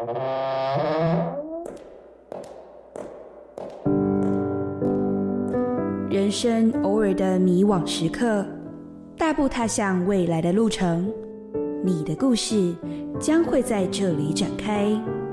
人生偶尔的迷惘时刻，大步踏向未来的路程，你的故事将会在这里展开。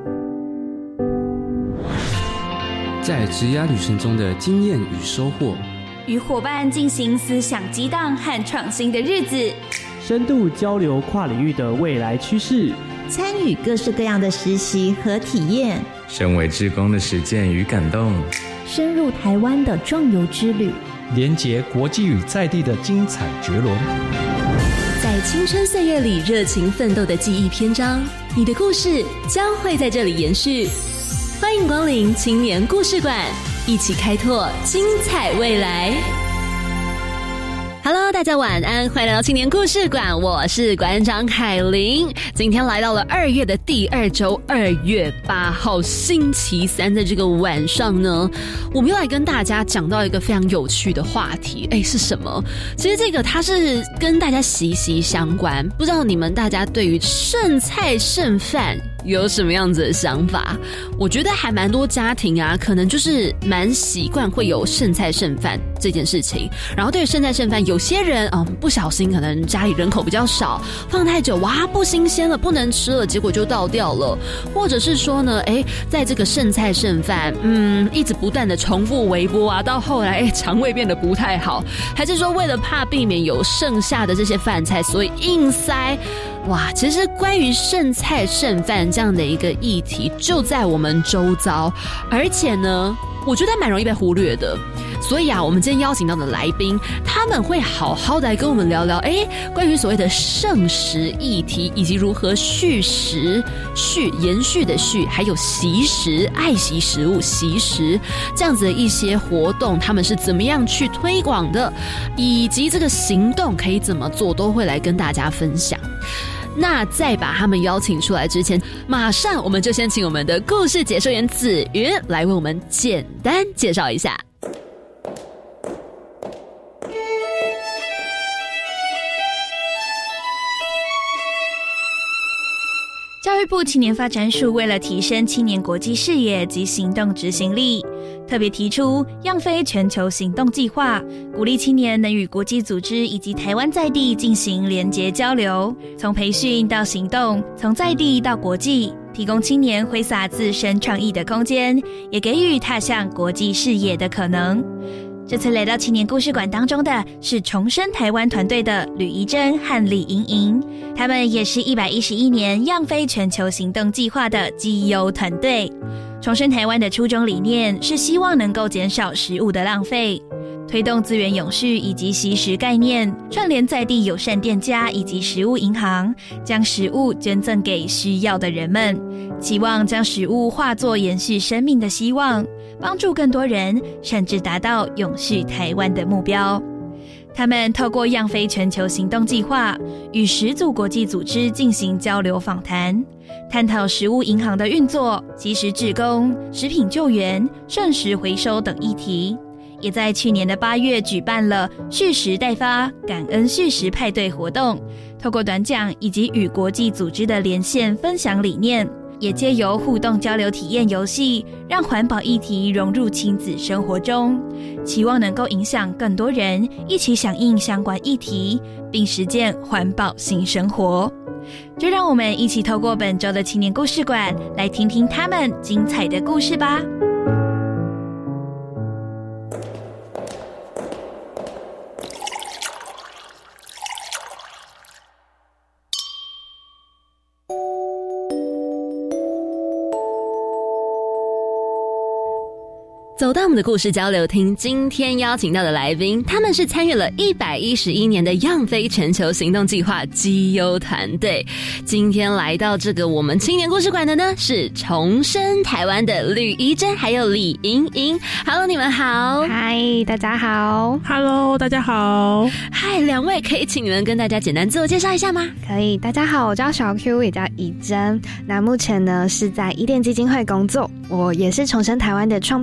在职涯旅程中的经验与收获， 与伙伴进行思想激荡和创新的日子， 深度交流跨领域的未来趋势， 参与各式各样的实习和体验， 身为志工的实践与感动， 深入台湾的壮游之旅， 连结国际与在地的精彩绝伦。 在青春岁月里热情奋斗的记忆篇章，你的故事将会在这里延续。欢迎光临青年故事馆，一起开拓精彩未来。Hello， 大家晚安，欢迎来到青年故事馆，我是馆长凯琳。今天来到了2月的第2周，2月8号星期三的这个晚上呢，我们又来跟大家讲到一个非常有趣的话题。是什么？其实这个它是跟大家息息相关，不知道你们大家对于剩菜剩饭有什么样子的想法？我觉得还蛮多家庭啊，可能就是蛮习惯会有剩菜剩饭这件事情。然后对于剩菜剩饭，有些人不小心可能家里人口比较少，放太久哇不新鲜了，不能吃了，结果就倒掉了。或者是说呢，在这个剩菜剩饭，一直不断的重复微波啊，到后来肠胃变得不太好，还是说为了怕避免有剩下的这些饭菜，所以硬塞。哇，其实关于剩菜剩饭这样的一个议题就在我们周遭，而且呢我觉得蛮容易被忽略的。所以啊，我们今天邀请到的来宾，他们会好好的来跟我们聊聊关于所谓的剩食议题，以及如何续食，延续的续，还有惜食，爱惜食物，惜食这样子的一些活动，他们是怎么样去推广的，以及这个行动可以怎么做，都会来跟大家分享。那在把他们邀请出来之前，马上我们就先请我们的故事解说员子云来为我们简单介绍一下。 教育部青年发展署为了提升青年国际视野及行动执行力，特别提出样飞全球行动计划，鼓励青年能与国际组织以及台湾在地进行连结交流，从培训到行动，从在地到国际，提供青年挥洒自身创意的空间，也给予踏向国际视野的可能。这次来到青年故事馆当中的是重生台湾团队的吕怡珍和李莹莹，他们也是111年样飞全球行动计划的绩优团队。重生台湾的初衷理念是希望能够减少食物的浪费，推动资源永续以及惜食概念，串联在地友善店家以及食物银行，将食物捐赠给需要的人们，期望将食物化作延续生命的希望，帮助更多人，甚至达到永续台湾的目标。他们透过样飞全球行动计划，与10组国际组织进行交流访谈，探讨食物银行的运作、即时志工、食品救援、剩食回收等议题。也在去年的8月举办了蓄食代发感恩蓄食派对活动，透过短讲以及与国际组织的连线分享理念，也藉由互动交流体验游戏，让环保议题融入亲子生活中，期望能够影响更多人一起响应相关议题，并实践环保新生活。就让我们一起透过本周的青年故事馆，来听听他们精彩的故事吧。 走到我们的故事交流厅，今天邀请到的来宾，他们是参与了111年的样飞全球行动计划绩优团队。今天来到这个我们青年故事馆的呢，是重生台湾的吕怡珍还有李莹莹。Hello， 你们好。 嗨，大家好。 Hello， 大家好。 嗨，两位可以请你们跟大家简单自我介绍一下吗？ 可以，大家好，我叫小 Q， 也叫怡珍。那目前呢是在伊甸基金会工作，我也是重生台湾的创办人。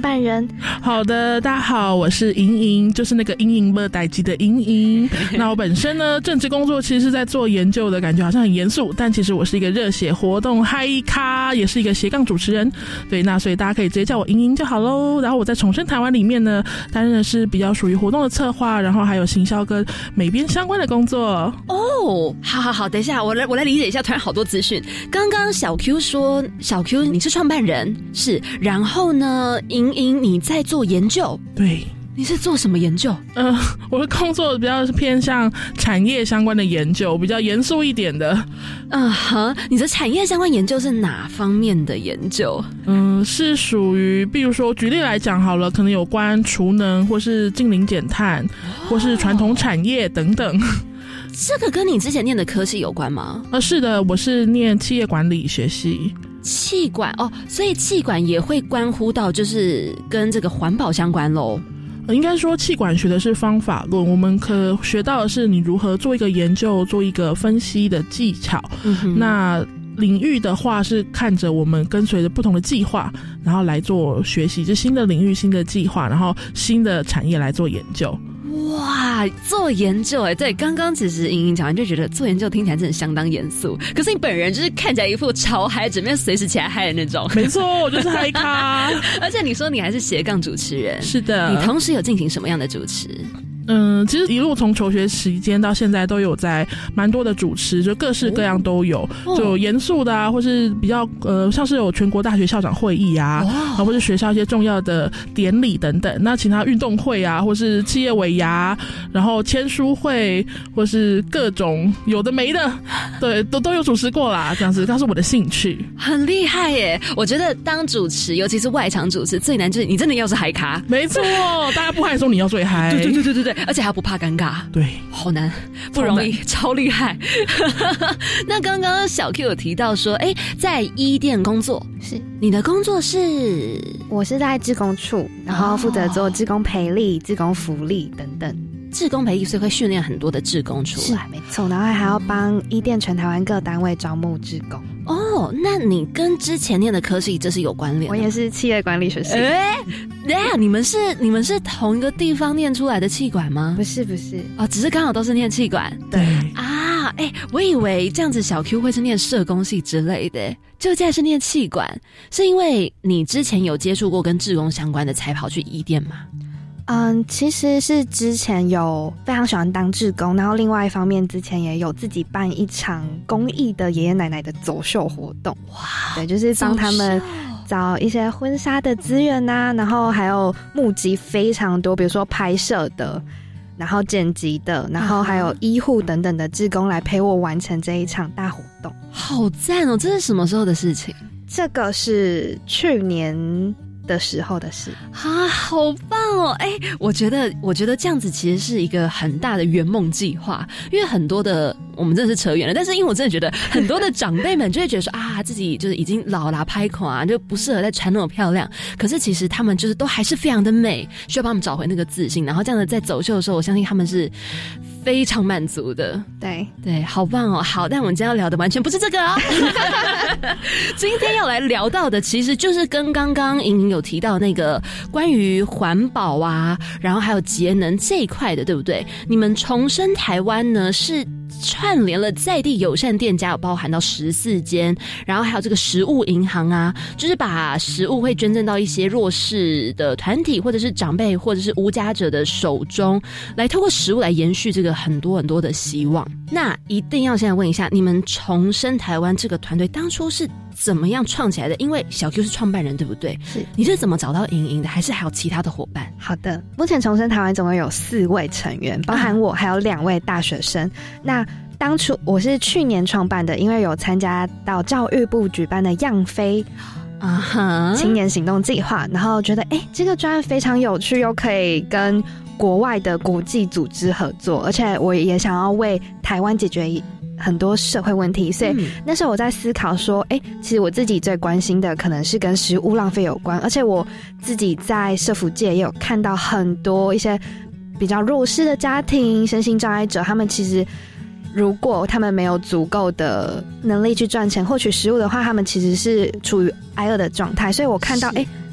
人。 好的，大家好，我是莹莹，就是那个莹莹没代志的莹莹。那我本身呢，政治工作其实是在做研究的，感觉好像很严肃，但其实我是一个热血活动嗨咖，也是一个斜杠主持人。对，那所以大家可以直接叫我莹莹就好咯。然后我在重生台湾里面呢，担任的是比较属于活动的策划，然后还有行销跟美编相关的工作。 哦，好，等一下，我来理解一下，突然好多资讯。刚刚小 Q 说，小 Q 你是创办人，是，然后呢，莹莹你在做研究， 对。 你是做什么研究？ 我的工作比较偏向产业相关的研究，比较严肃一点的。 你的产业相关研究是哪方面的研究？ 是属于，比如说举例来讲好了，可能有关储能，或是净零减碳，或是传统产业等等。 这个跟你之前念的科系有关吗？ 是的，我是念企业管理学系。 企管哦，所以企管也会关乎到就是跟这个环保相关咯。 应该说企管学的是方法论，我们可学到的是你如何做一个研究，做一个分析的技巧。那领域的话是看着我们跟随着不同的计划，然后来做学习，就新的领域、新的计划，然后新的产业来做研究。 哇，做研究对，刚刚其实莹莹讲完就觉得做研究听起来真的相当严肃，可是你本人就是看起来一副超嗨，准备随时起来嗨的那种。 没错，我就是嗨咖。 而且你说你还是斜杠主持人， 是的， 你同时有进行什么样的主持？ 其实一路从求学期间到现在都有在蛮多的主持，就各式各样都有，就严肃的啊，或是比较像是有全国大学校长会议啊，或是学校一些重要的典礼等等。那其他运动会啊，或是企业尾牙，然后签书会，或是各种有的没的，对，都有主持过啦。这样子，它是我的兴趣， 很厉害耶！我觉得当主持，尤其是外场主持，最难就是你真的要是嗨咖。 没错，大家不嗨的时候你要最嗨。 对。而且还不怕尴尬， 对， 好难，不容易，超厉害。那刚刚小 Q 有提到说，在伊甸工作， 是你的工作是？ 我是在志工处，然后负责做志工培力、志工福利等等。 志工培力，所以会训练很多的志工出来， 没错。然后还要帮伊甸全台湾各单位招募志工。 哦，那你跟之前念的科系这是有关联的？ 我也是企业管理学系。 你们是同一个地方念出来的企管吗？ 不是哦，只是刚好都是念企管。 对啊，我以为这样子小 Q 会是念社工系之类的，就竟然是念企管，是因为你之前有接触过跟志工相关的才跑去伊甸吗？ 其实是之前有非常喜欢当志工，然后另外一方面之前也有自己办一场公益的爷爷奶奶的走秀活动。哇，对，就是帮他们找一些婚纱的资源啊，然后还有募集非常多，比如说拍摄的，然后剪辑的，然后还有医护等等的志工来陪我完成这一场大活动。 好赞哦！这是什么时候的事情？ 这个是去年的时候的事啊，好棒哦！我觉得这样子其实是一个很大的圆梦计划，因为很多的我们真的是扯远了，但是因为我真的觉得很多的长辈们就会觉得说啊，自己就是已经老啦拍垮，就不适合再穿那么漂亮，可是其实他们就是都还是非常的美，需要帮他们找回那个自信，然后这样的在走秀的时候，我相信他们是非常满足的。对，好棒哦！好，但我们今天要聊的完全不是这个哦。今天要来聊到的其实就是跟刚刚莹莹有提到那个关于环保啊，然后还有节能这一块的，对不对？你们重生台湾呢是串联了在地友善店家，有包含到14间，然后还有这个食物银行啊，就是把食物会捐赠到一些弱势的团体，或者是长辈，或者是无家者的手中，来透过食物来延续这个很多很多的希望。那一定要现在问一下，你们重生台湾这个团队当初是怎么样创起来的？因为小 Q 是创办人，对不对？ 是。你是怎么找到莹莹的？还是还有其他的伙伴？ 好的，目前重生台湾总共有4位成员，包含我还有2位大学生。那当初我是去年创办的，因为有参加到教育部举办的样飞青年行动计划，然后觉得这个专案非常有趣，又可以跟国外的国际组织合作，而且我也想要为台湾解决很多社会问题，所以那时候我在思考说其实我自己最关心的可能是跟食物浪费有关，而且我自己在社福界也有看到很多一些比较弱势的家庭、身心障碍者，他们其实如果他们没有足够的能力去赚钱获取食物的话，他们其实是处于挨饿的状态，所以我看到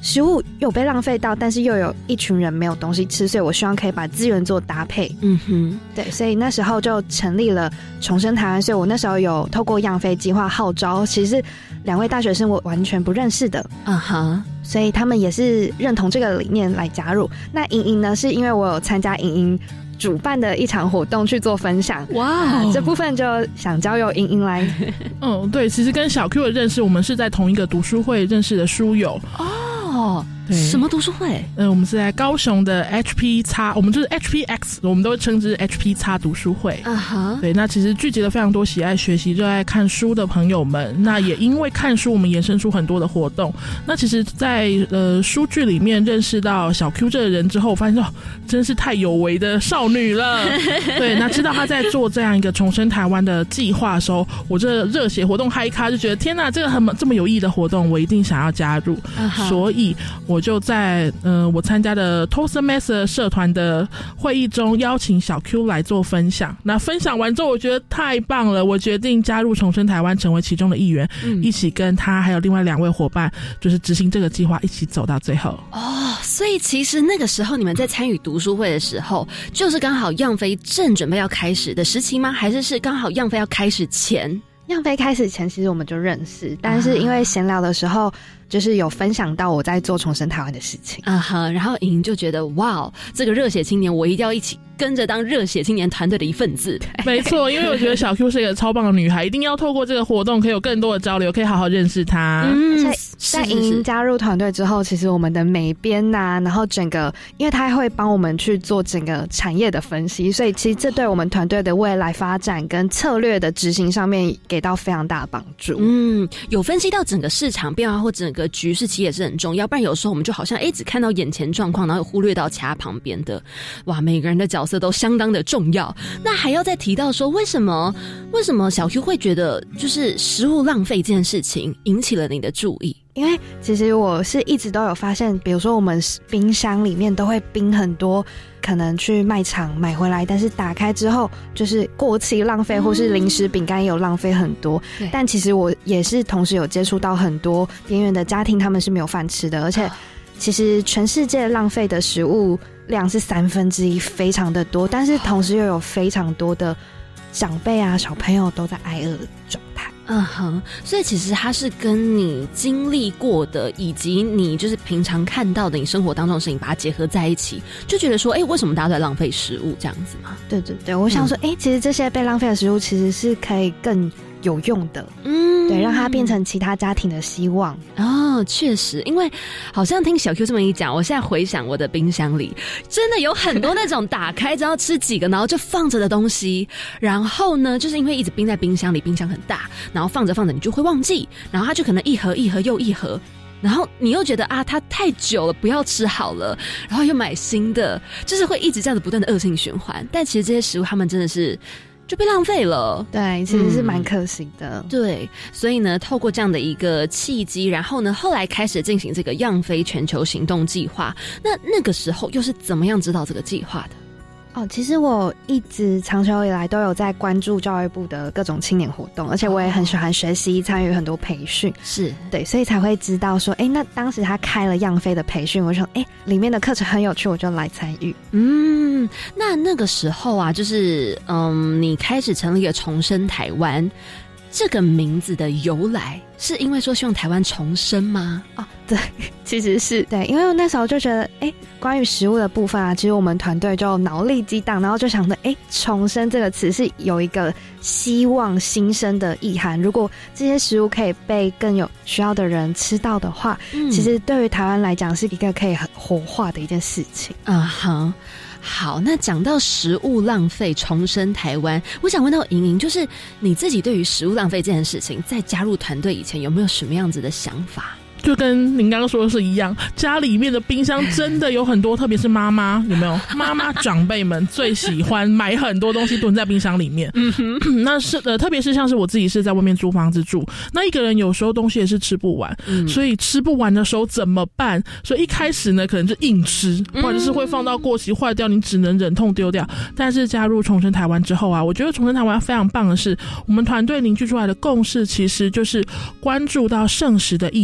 食物有被浪费到，但是又有一群人没有东西吃，所以我希望可以把资源做搭配。对，所以那时候就成立了重生台湾。所以我那时候有透过样飞计划号召，其实是2位大学生我完全不认识的，所以他们也是认同这个理念来加入。那莹莹呢，是因为我有参加莹莹主办的一场活动去做分享，这部分就想交由莹莹来。 对，其实跟小 Q 的认识，我们是在同一个读书会认识的书友。对， 什么读书会？ 我们是在高雄的 HP 我们就是 HPX， 我们都会称之 HP 读书会。对，那其实聚集了非常多喜爱学习、热爱看书的朋友们。那也因为看书，我们延伸出很多的活动。那其实在书剧里面认识到小 Q 这个人之后，我发现真是太有为的少女了。对，那知道他在做这样一个重生台湾的计划的时候，我这热血活动嗨咖就觉得天哪，这个这么有意义的活动，我一定想要加入。所以我就在我参加的 Toastmaster 社团的会议中邀请小 Q 来做分享。那分享完之后，我觉得太棒了，我决定加入重生台湾，成为其中的一员，一起跟他还有另外2位伙伴，就是执行这个计划，一起走到最后。 所以其实那个时候你们在参与读书会的时候，就是刚好样飞正准备要开始的时期吗？还是刚好样飞要开始前？ 样飞开始前其实我们就认识，但是因为闲聊的时候就是有分享到我在做重生台湾的事情然后莹就觉得哇，这个热血青年我一定要一起跟着当热血青年团队的一份子。 没错，因为我觉得小 Q 是一个超棒的女孩，一定要透过这个活动可以有更多的交流，可以好好认识她。 在莹加入团队之后，其实我们的美编然后整个，因为她会帮我们去做整个产业的分析，所以其实这对我们团队的未来发展跟策略的执行上面给到非常大的帮助。 有分析到整个市场变化或整个局势，其实也是很重要，不然有时候我们就好像只看到眼前状况，然后忽略到其他旁边的。哇，每个人的角色都相当的重要。那还要再提到说，为什么小 Q 会觉得就是食物浪费这件事情引起了你的注意？ 因为其实我是一直都有发现，比如说我们冰箱里面都会冰很多可能去卖场买回来，但是打开之后就是过期浪费，或是零食饼干也有浪费很多。但其实我也是同时有接触到很多边缘的家庭，他们是没有饭吃的，而且其实全世界浪费的食物量是1/3，非常的多，但是同时又有非常多的长辈小朋友都在挨饿的状态。 所以其实它是跟你经历过的以及你就是平常看到的你生活当中的事情把它结合在一起，就觉得说为什么大家都在浪费食物这样子吗？ 对对对，我想说其实这些被浪费的食物其实是可以更有用的，对，让它变成其他家庭的希望。 确实，因为好像听小 Q 这么一讲，我现在回想我的冰箱里真的有很多那种打开只要吃几个然后就放着的东西，然后呢就是因为一直冰在冰箱里，冰箱很大，然后放着放着你就会忘记，然后它就可能一盒一盒又一盒，然后你又觉得它太久了不要吃好了，然后又买新的，就是会一直这样子不断的恶性循环。但其实这些食物它们真的是就被浪费了， 对，其实是蛮可惜的。 对，所以呢透过这样的一个契机，然后呢后来开始进行这个样飞全球行动计划。那个时候又是怎么样知道这个计划的？ 其实我一直长久以来都有在关注教育部的各种青年活动，而且我也很喜欢学习，参与很多培训， 是对，所以才会知道说那当时他开了样飞的培训，我就说里面的课程很有趣，我就来参与。 那个时候就是你开始成立了重生台湾这个名字的由来，是因为说希望台湾重生吗？ 对，其实是对，因为我那时候就觉得关于食物的部分其实我们团队就脑力激荡，然后就想着重生这个词是有一个希望新生的意涵，如果这些食物可以被更有需要的人吃到的话，其实对于台湾来讲是一个可以很活化的一件事情。 好，那讲到食物浪费重生台湾，我想问到莹莹，就是你自己对于食物浪费这件事情在加入团队以前有没有什么样子的想法？ 就跟您刚刚说的是一样，家里面的冰箱真的有很多，特别是妈妈，有没有？妈妈长辈们最喜欢买很多东西囤在冰箱里面。那是特别是像是我自己是在外面租房子住，那一个人有时候东西也是吃不完，所以吃不完的时候怎么办？所以一开始呢，可能就硬吃，或者是会放到过期坏掉，你只能忍痛丢掉。但是加入重生台湾之后我觉得重生台湾非常棒的是，我们团队凝聚出来的共识其实就是关注到剩食的议题。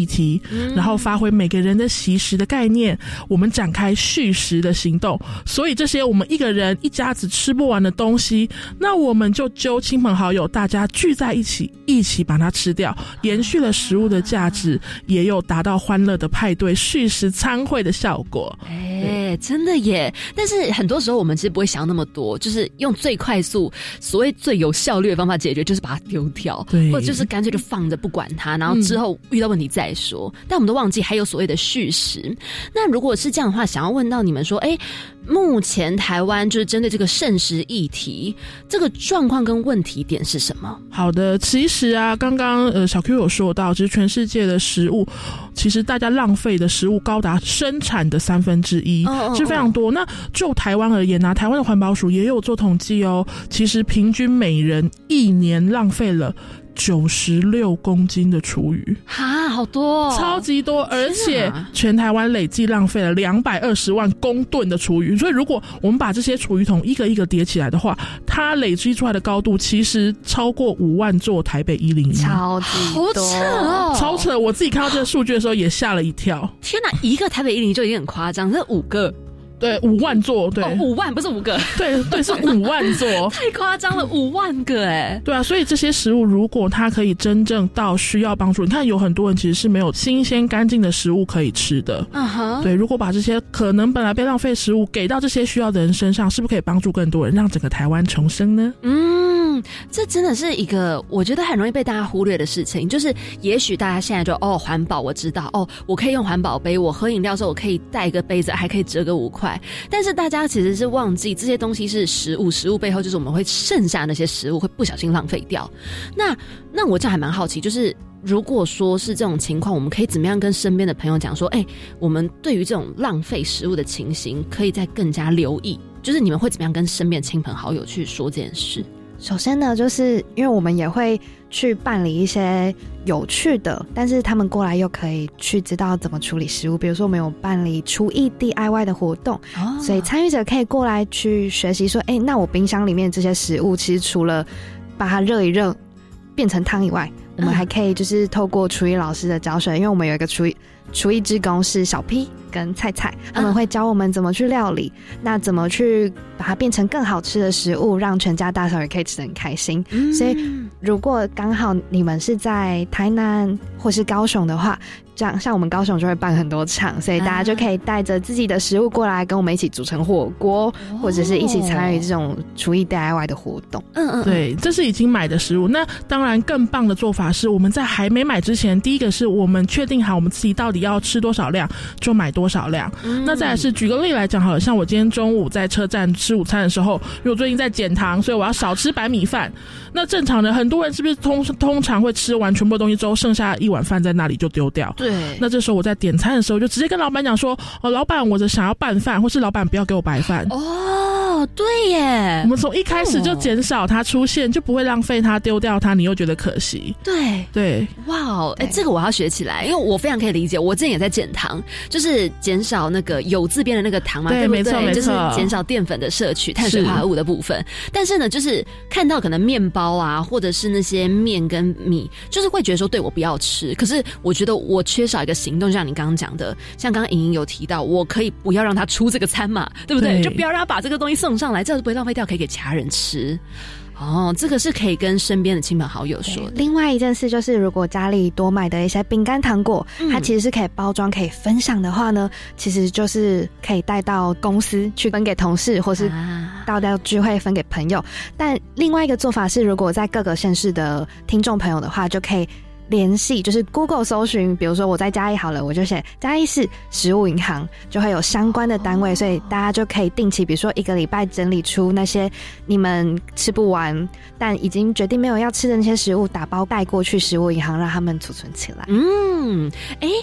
然后发挥每个人的惜食的概念，我们展开续食的行动。所以这些我们一个人一家子吃不完的东西，那我们就揪亲朋好友，大家聚在一起把它吃掉，延续了食物的价值，也有达到欢乐的派对续食餐会的效果。 真的耶！但是很多时候我们其实不会想那么多，就是用最快速所谓最有效率的方法解决，就是把它丢掉，或者就是干脆就放着不管它，然后之后遇到问题再说。但我们都忘记还有所谓的续食。那如果是这样的话，想要问到你们说，目前台湾就是针对这个剩食议题，这个状况跟问题点是什么？ 好的，其实啊，刚刚小 Q 有说到，其实全世界的食物，其实大家浪费的食物高达生产的1/3，是非常多。那就台湾而言啊，台湾的环保署也有做统计哦，其实平均每人一年浪费了96公斤的厨余， 好多哦， 超级多，而且全台湾累计浪费了220万公吨的厨余。所以如果我们把这些厨余桶一个一个叠起来的话，它累积出来的高度其实超过5万座台北101， 超级多， 好扯哦， 超扯！我自己看到这个数据的时候也吓了一跳。 天哪，一个台北101就已经很夸张，这5个。 对，5万座，对 ，5万不是5个， 对，是5万座， 太夸张了，5万个对啊，所以这些食物如果它可以真正到需要帮助，你看有很多人其实是没有新鲜干净的食物可以吃的，对，如果把这些可能本来被浪费食物给到这些需要的人身上，是不是可以帮助更多人，让整个台湾重生呢？ 这真的是一个我觉得很容易被大家忽略的事情，就是也许大家现在就环保我知道，我可以用环保杯，我喝饮料的时候我可以带一个杯子，还可以折个5块，但是大家其实是忘记这些东西是食物，食物背后就是我们会剩下那些食物会不小心浪费掉。那我这样还蛮好奇，就是如果说是这种情况，我们可以怎么样跟身边的朋友讲说，我们对于这种浪费食物的情形可以再更加留意，就是你们会怎么样跟身边的亲朋好友去说这件事？ 首先呢，就是因为我们也会去办理一些有趣的，但是他们过来又可以去知道怎么处理食物，比如说我们有办理厨艺 DIY 的活动，所以参与者可以过来去学习说，那我冰箱里面这些食物其实除了把它热一热变成汤以外，我们还可以就是透过厨艺老师的教学，因为我们有一个厨艺志工是小 P 跟菜菜，他们会教我们怎么去料理，那怎么去把它变成更好吃的食物，让全家大小也可以吃得很开心。所以如果刚好你们是在台南或是高雄的话，这样像我们高雄就会办很多场，所以大家就可以带着自己的食物过来跟我们一起煮成火锅，或者是一起参与这种厨艺 DIY 的活动。 对，这是已经买的食物。那当然更棒的做法是我们在还没买之前，第一个是我们确定好我们自己到底要吃多少量就买多少量。那再来是举个例来讲好了，像我今天中午在车站吃午餐的时候，因为我最近在减糖，所以我要少吃白米饭。那正常的很多人是不是通常会吃完全部的东西之后，剩下一碗饭在那里就丢掉？ 对。 那这时候我在点餐的时候就直接跟老板讲说，老板我想要拌饭，或是老板不要给我白饭。 对耶， 我们从一开始就减少它出现，就不会浪费它丢掉它，你又觉得可惜。对， 哇，这个我要学起来，因为我非常可以理解，我之前也在减糖，就是减少那个有字边的那个糖嘛，对不对？没错，就是减少淀粉的摄取，碳水化合物的部分。但是呢，就是看到可能面包啊，或者是那些面跟米，就是会觉得说，对，我不要吃。可是我觉得我缺少一个行动，像你刚刚讲的，像刚刚莹莹有提到，我可以不要让他出这个餐嘛，对不对？就不要让他把这个东西送上来，这样就不会浪费掉，可以给其他人吃。这个是可以跟身边的亲朋好友说的。 另外一件事就是，如果家里多买的一些饼干糖果，它其实是可以包装可以分享的话呢，其实就是可以带到公司去分给同事，或是到聚会分给朋友。但另外一个做法是，如果在各个县市的听众朋友的话，就可以联系，就是 Google 搜寻，比如说我在嘉义好了，我就写嘉义市食物银行，就会有相关的单位，所以大家就可以定期，比如说1个礼拜整理出那些你们吃不完但已经决定没有要吃的那些食物，打包带过去食物银行，让他们储存起来。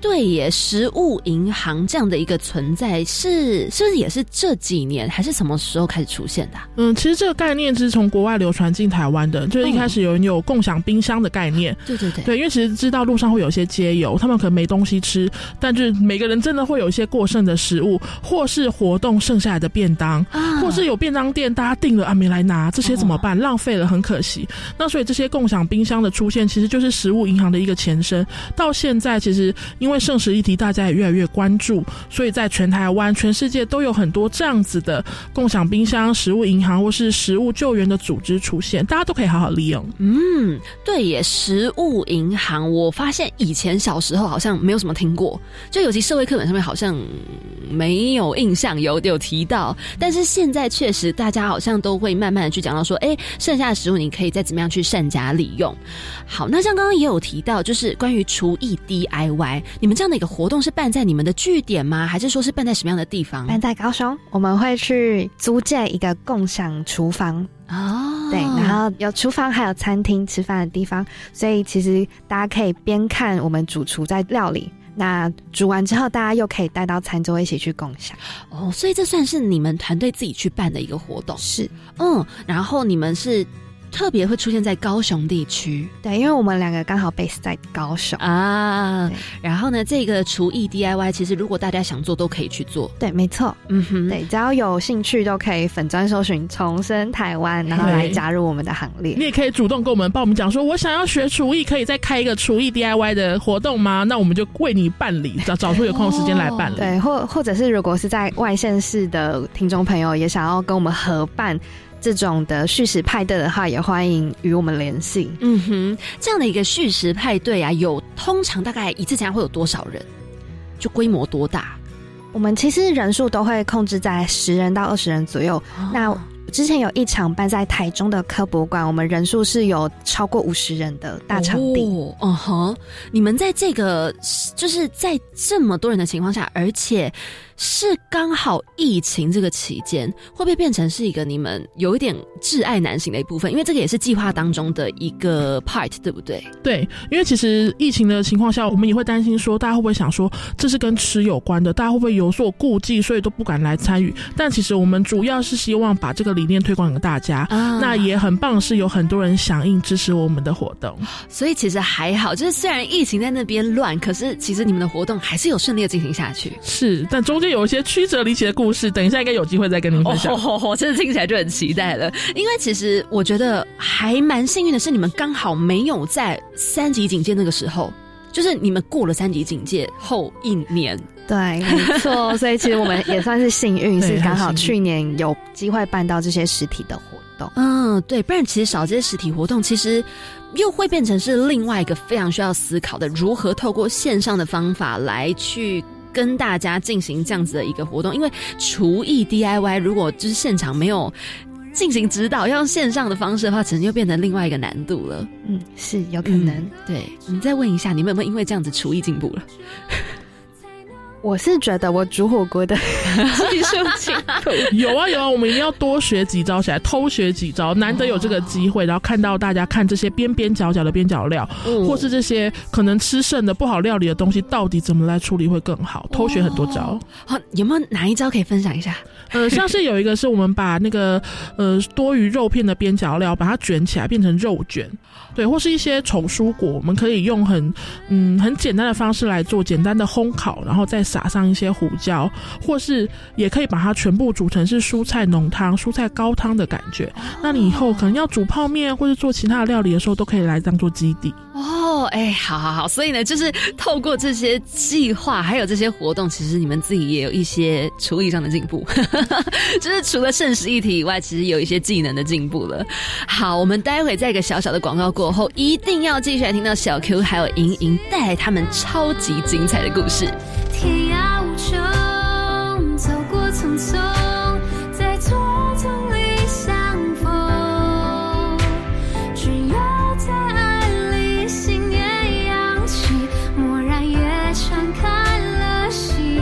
对耶，食物银行这样的一个存在是不是也是这几年还是什么时候开始出现的其实这个概念是从国外流传进台湾的，就是一开始有人有共享冰箱的概念。对，因为其实知道路上会有一些街友，他们可能没东西吃，但就是每个人真的会有一些过剩的食物，或是活动剩下来的便当，或是有便当店大家订了没来拿，这些怎么办？浪费了很可惜。那所以这些共享冰箱的出现其实就是食物银行的一个前身。到现在其实因为剩食议题大家也越来越关注，所以在全台湾全世界都有很多这样子的共享冰箱、食物银行或是食物救援的组织出现，大家都可以好好利用。 对耶，食物银行我发现以前小时候好像没有什么听过，就尤其社会课本上面好像没有印象有提到，但是现在确实大家好像都会慢慢的去讲到说剩下的食物你可以再怎么样去善加利用。好，那像刚刚也有提到就是关于厨艺 DIY， 你们这样的一个活动是办在你们的据点吗？还是说是办在什么样的地方？ 办在高雄，我们会去租借一个共享厨房。对，然后有厨房还有餐厅吃饭的地方，所以其实大家可以边看我们主厨在料理，那煮完之后大家又可以带到餐桌一起去共享。 所以这算是你们团队自己去办的一个活动。 是。 然后你们是特别会出现在高雄地区。 对，因为我们两个刚好 base 在高雄然后呢这个厨艺 DIY 其实如果大家想做都可以去做。 对，没错。对，只要有兴趣都可以粉专搜寻重生台湾，然后来加入我们的行列。 你也可以主动跟我们报名讲说我想要学厨艺，可以再开一个厨艺 DIY 的活动吗？那我们就为你办理，找出有空的时间来办理。 对，或者是如果是在外县市的听众朋友也想要跟我们合办这种的续食派对的话，也欢迎与我们联系。 这样的一个续食派对啊，通常大概一次参加会有多少人？就规模多大？ 我们其实人数都会控制在10人到20人左右。那之前有一场办在台中的科博馆，我们人数是有超过50人的大场地。 你们在这个就是在这么多人的情况下，而且是刚好疫情这个期间，会不会变成是一个你们有一点挚爱难行的一部分？因为这个也是计划当中的一个 part， 对不对？ 对，因为其实疫情的情况下，我们也会担心说大家会不会想说这是跟吃有关的，大家会不会有所顾忌，所以都不敢来参与。但其实我们主要是希望把这个理念推广给大家。那也很棒是有很多人响应支持我们的活动， 所以其实还好，就是虽然疫情在那边乱，可是其实你们的活动还是有顺利的进行下去。 是，但中间有一些曲折离奇的故事，等一下应该有机会再跟您分享。 真的听起来就很期待了。因为其实我觉得还蛮幸运的是，你们刚好没有在3级警戒那个时候，就是你们过了3级警戒后1年。 对，没错。所以其实我们也算是幸运，是刚好去年有机会办到这些实体的活动。 对，不然其实少这些实体活动，其实又会变成是另外一个非常需要思考的，如何透过线上的方法来去跟大家进行这样子的一个活动。因为厨艺 DIY 如果就是现场没有进行指导，要用线上的方式的话，可能又变成另外一个难度了。 是有可能。 对，我们再问一下，你们有没有因为这样子厨艺进步了？ 我是觉得我煮火锅的技术进步有啊，我们一定要多学几招起来，偷学几招，难得有这个机会，然后看到大家看这些边边角角的边角料，或是这些可能吃剩的不好料理的东西，到底怎么来处理会更好，偷学很多招。 有没有哪一招可以分享一下？ 像是有一个是我们把那个多余肉片的边角料把它卷起来变成肉卷，对，或是一些丑蔬果，我们可以用很简单的方式来做，简单的烘烤，然后再撒上一些胡椒，或是也可以把它全部煮成是蔬菜浓汤、蔬菜高汤的感觉。那你以后可能要煮泡面或是做其他的料理的时候，都可以来当做基底。 好，所以呢，就是透过这些计划还有这些活动，其实你们自己也有一些厨艺上的进步就是除了剩食议题以外，其实有一些技能的进步了。好，我们待会在一个小小的广告过后，一定要继续来听到小 Q 还有莹莹带来他们超级精彩的故事。 天涯无穷，走过匆匆，在错综里相逢，只有在爱里心也扬起，蓦然也敞开了心。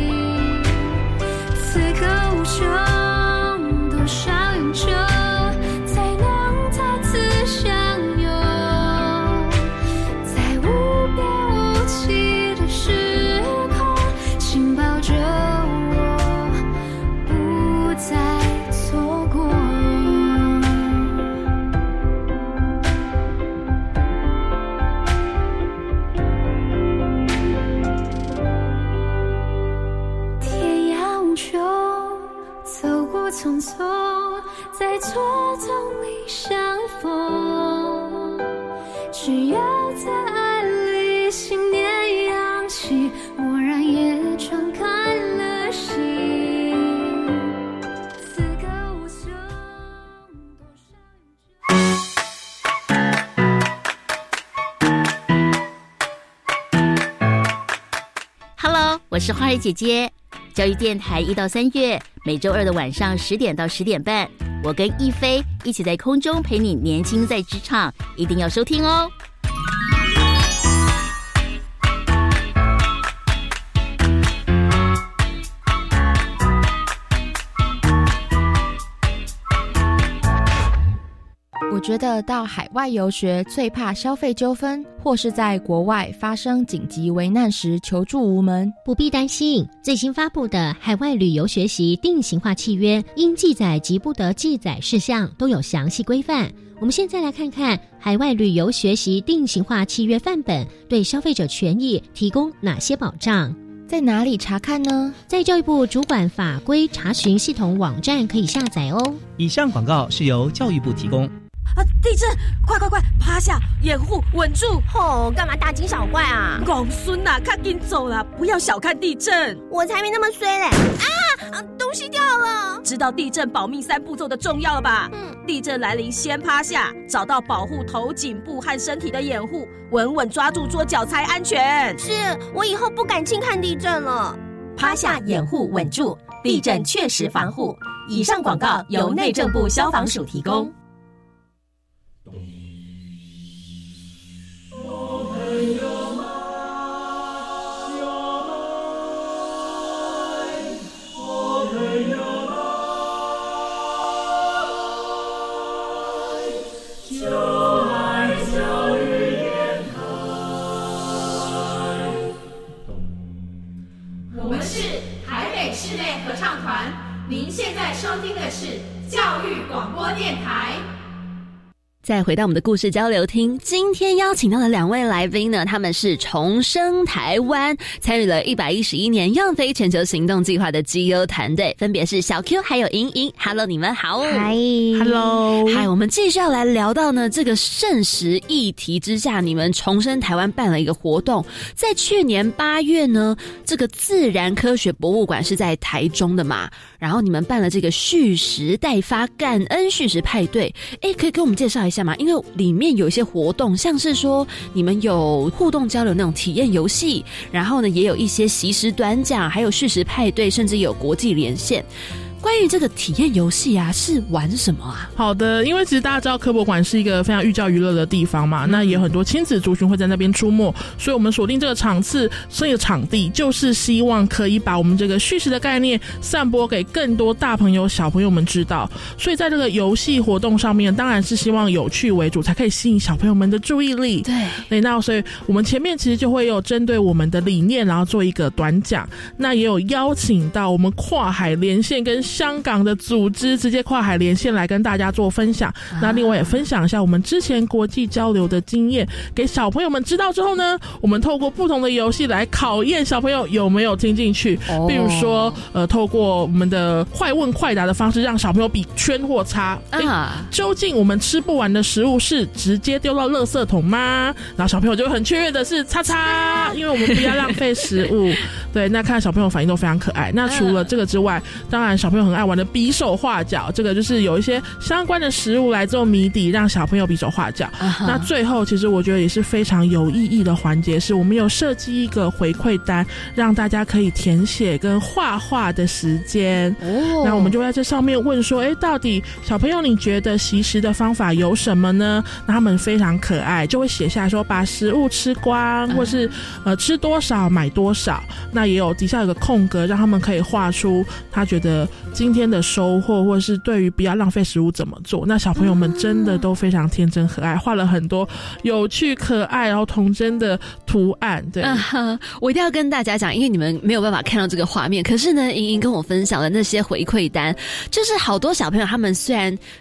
此刻无穷，多少永久才能再次相拥，在无边无际的世只要在爱里信念扬起，蓦然也敞开了心。此刻无声，多少 Hello， 我是花儿姐姐。教育电台1到3月，每周二的晚上10点到10点半，我跟一飞一起在空中陪你年轻在职场，一定要收听哦。 我觉得到海外游学最怕消费纠纷，或是在国外发生紧急危难时求助无门。 不必担心，最新发布的海外旅游学习定型化契约应记载及不得记载事项都有详细规范。我们现在来看看海外旅游学习定型化契约范本对消费者权益提供哪些保障。 在哪里查看呢？ 在教育部主管法规查询系统网站可以下载哦。 以上广告是由教育部提供。 地震！快趴下，掩护，稳住！ 干嘛大惊小怪啊？ 公孙啊，赶紧走啦！不要小看地震， 我才没那么衰嘞！东西掉了。 知道地震保命3步骤的重要了吧？地震来临先趴下，找到保护头、颈部和身体的掩护，稳稳抓住桌脚才安全。 是，我以后不敢轻看地震了。 趴下，掩护，稳住，地震确实防护。以上广告由内政部消防署提供。 您现在收听的是教育广播电台。 再回到我们的故事交流厅，今天邀请到的2位来宾呢，他们是重生台湾参与了111年样飞全球行动计划的绩优团队，分别是小 Q 还有莹莹。Hello， 你们好。 嗨 ，Hello， 嗨，我们继续要来聊到呢这个盛时议题之下，你们重生台湾办了一个活动，在去年8月呢，这个自然科学博物馆是在台中的嘛，然后你们办了这个蓄时待发感恩蓄时派对，可以跟我们介绍一下吗？因为里面有一些活动，像是说你们有互动交流那种体验游戏，然后呢也有一些习时短讲，还有蓄时派对，甚至有国际连线。关于这个体验游戏啊，是玩什么啊？ 好的，因为其实大家知道科博馆是一个非常寓教于乐的地方嘛，那也有很多亲子族群会在那边出没，所以我们锁定这个场地，就是希望可以把我们这个蓄时的概念散播给更多大朋友小朋友们知道。所以在这个游戏活动上面，当然是希望有趣为主，才可以吸引小朋友们的注意力。对，那所以我们前面其实就会有针对我们的理念，然后做一个短讲，那也有邀请到我们跨海连线跟香港的组织直接跨海连线来跟大家做分享，那另外也分享一下我们之前国际交流的经验给小朋友们知道之后呢，我们透过不同的游戏来考验小朋友有没有听进去，比如说透过我们的快问快答的方式让小朋友比圈或叉，究竟我们吃不完的食物是直接丢到垃圾桶吗？然后小朋友就会很雀跃的是叉叉，因为我们不要浪费食物。对，那看小朋友反应都非常可爱。那除了这个之外，当然小朋友很爱玩的比手画脚，这个就是有一些相关的食物来做谜底，让小朋友比手画脚。那最后其实我觉得也是非常有意义的环节，是我们有设计一个回馈单，让大家可以填写跟画画的时间。那我们就在这上面问说，到底小朋友你觉得习时的方法有什么呢？那他们非常可爱，就会写下说把食物吃光，或是吃多少买多少。那也有底下有个空格，让他们可以画出他觉得今天的收获，或是对于不要浪费食物怎么做。那小朋友们真的都非常天真可爱，画了很多有趣可爱然后童真的图案。对， 我一定要跟大家讲，因为你们没有办法看到这个画面，可是呢莹莹跟我分享的那些回馈单，就是好多小朋友他们虽然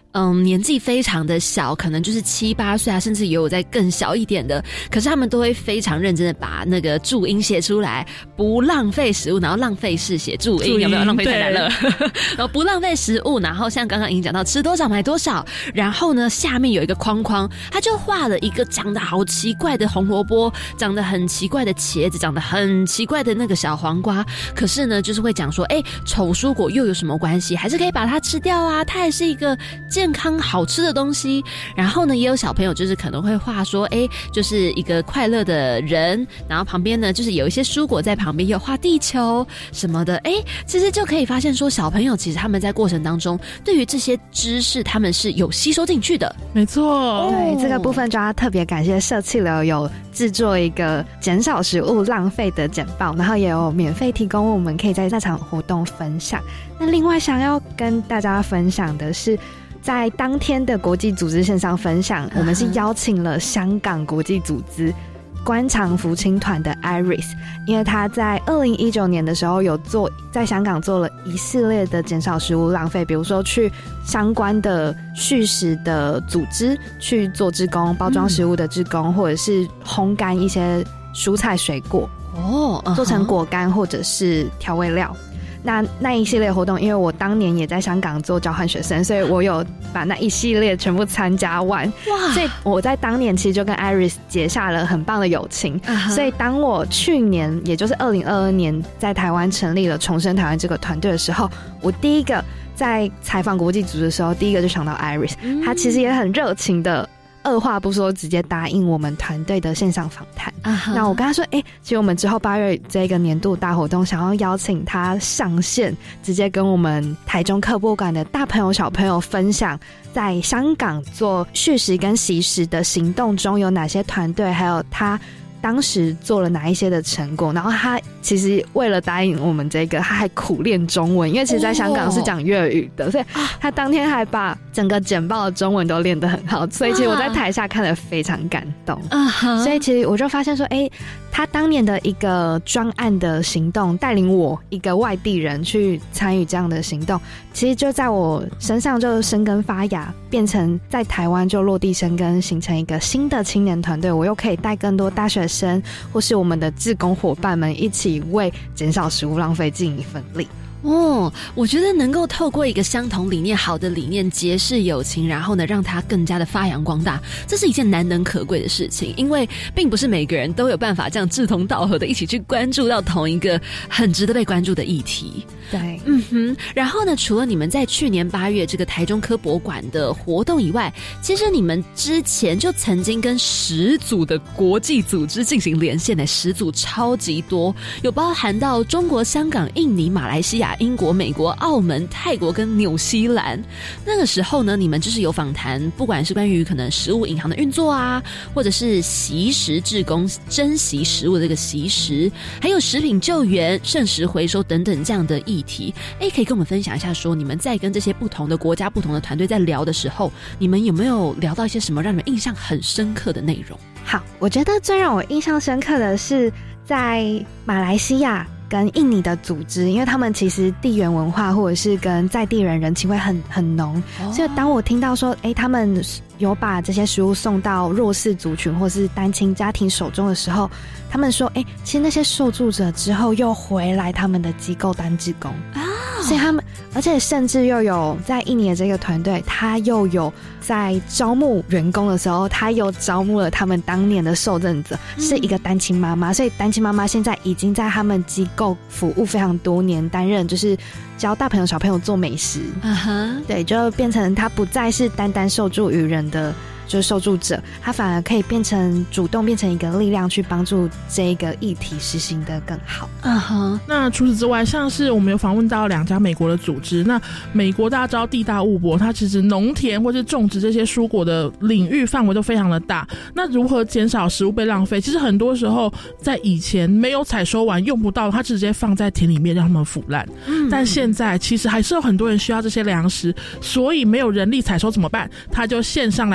年纪非常的小，可能就是7、8岁啊，甚至也有在更小一点的，可是他们都会非常认真的把那个注音写出来，不浪费食物，然后浪费是写注音，有没有？浪费太难了。然后不浪费食物，然后像刚刚已经讲到吃多少买多少，然后呢下面有一个框框，他就画了一个长得好奇怪的红萝卜，长得很奇怪的茄子，长得很奇怪的那个小黄瓜，可是呢就是会讲说，丑蔬果又有什么关系？还是可以把它吃掉啊，它也是一个健康好吃的东西。然后呢也有小朋友就是可能会画说，就是一个快乐的人，然后旁边呢就是有一些蔬果在旁边，有画地球什么的，其实就可以发现说，小朋友其实他们在过程当中对于这些知识他们是有吸收进去的。 没错， 对，这个部分就要特别感谢社企流有制作一个减少食物浪费的简报，然后也有免费提供我们可以在那场活动分享。那另外想要跟大家分享的是，在当天的国际组织线上分享，我们是邀请了香港国际组织观肠福清团的 Iris， 因为他在2019年的时候有在香港做了一系列的减少食物浪费，比如说去相关的续食的组织去做志工，包装食物的志工，或者是烘干一些蔬菜水果做成果干或者是调味料。那一系列活动，因为我当年也在香港做交换学生，所以我有把那一系列全部参加完。哇！所以我在当年其实就跟 Iris 结下了很棒的友情。所以当我去年，也就是2022年，在台湾成立了重生台湾这个团队的时候，我第一个在采访国际组织的时候，第一个就想到 Iris，她其实也很热情的。二话不说直接答应我们团队的线上访谈。那我跟他说其实我们之后8月这个年度大活动想要邀请他上线，直接跟我们台中科博馆的大朋友小朋友分享在香港做续食跟惜食的行动中有哪些团队，还有他当时做了哪一些的成果。然后他其实为了答应我们这个，他还苦练中文，因为其实在香港是讲粤语的，所以他当天还把整个简报的中文都练得很好，所以其实我在台下看得非常感动。所以其实我就发现说他当年的一个专案的行动，带领我一个外地人去参与这样的行动，其实就在我身上就生根发芽，变成在台湾就落地生根，形成一个新的青年团队。我又可以带更多大学生或是我们的志工伙伴们一起为减少食物浪费尽一份力。 我觉得能够透过一个相同理念、好的理念结识友情，然后呢让它更加的发扬光大，这是一件难能可贵的事情，因为并不是每个人都有办法这样志同道合的一起去关注到同一个很值得被关注的议题。 对， 然后呢，除了你们在去年8月这个台中科博馆的活动以外，其实你们之前就曾经跟10组的国际组织进行连线，10组超级多，有包含到中国、香港、印尼、马来西亚、英国、美国、澳门、泰国跟纽西兰。那个时候呢，你们就是有访谈，不管是关于可能食物银行的运作啊，或者是惜食志工珍惜食物的这个惜食，还有食品救援、剩食回收等等这样的议题。可以跟我们分享一下说，你们在跟这些不同的国家、不同的团队在聊的时候，你们有没有聊到一些什么让你们印象很深刻的内容？ 好，我觉得最让我印象深刻的是在马来西亚跟印尼的组织，因为他们其实地缘文化或者是跟在地人情味很浓，所以当我听到说他们有把这些食物送到弱势族群或是单亲家庭手中的时候，他们说其实那些受助者之后又回来他们的机构当志工所以他们而且甚至又有在印尼的这个团队，他又有在招募员工的时候，他又招募了他们当年的受赠者，是一个单亲妈妈，所以单亲妈妈现在已经在他们机构服务非常多年，担任就是教大朋友小朋友做美食对，就变成他不再是单单受助于人的就是受助者，他反而可以主动变成一个力量去帮助这个议题实行得更好。 那除此之外，像是我们有访问到2家美国的组织，那美国大家知道地大物博，它其实农田或是种植这些蔬果的领域范围都非常的大，那如何减少食物被浪费，其实很多时候在以前没有采收完用不到，它直接放在田里面让它们腐烂但现在其实还是有很多人需要这些粮食，所以没有人力采收怎么办？他就线上来招募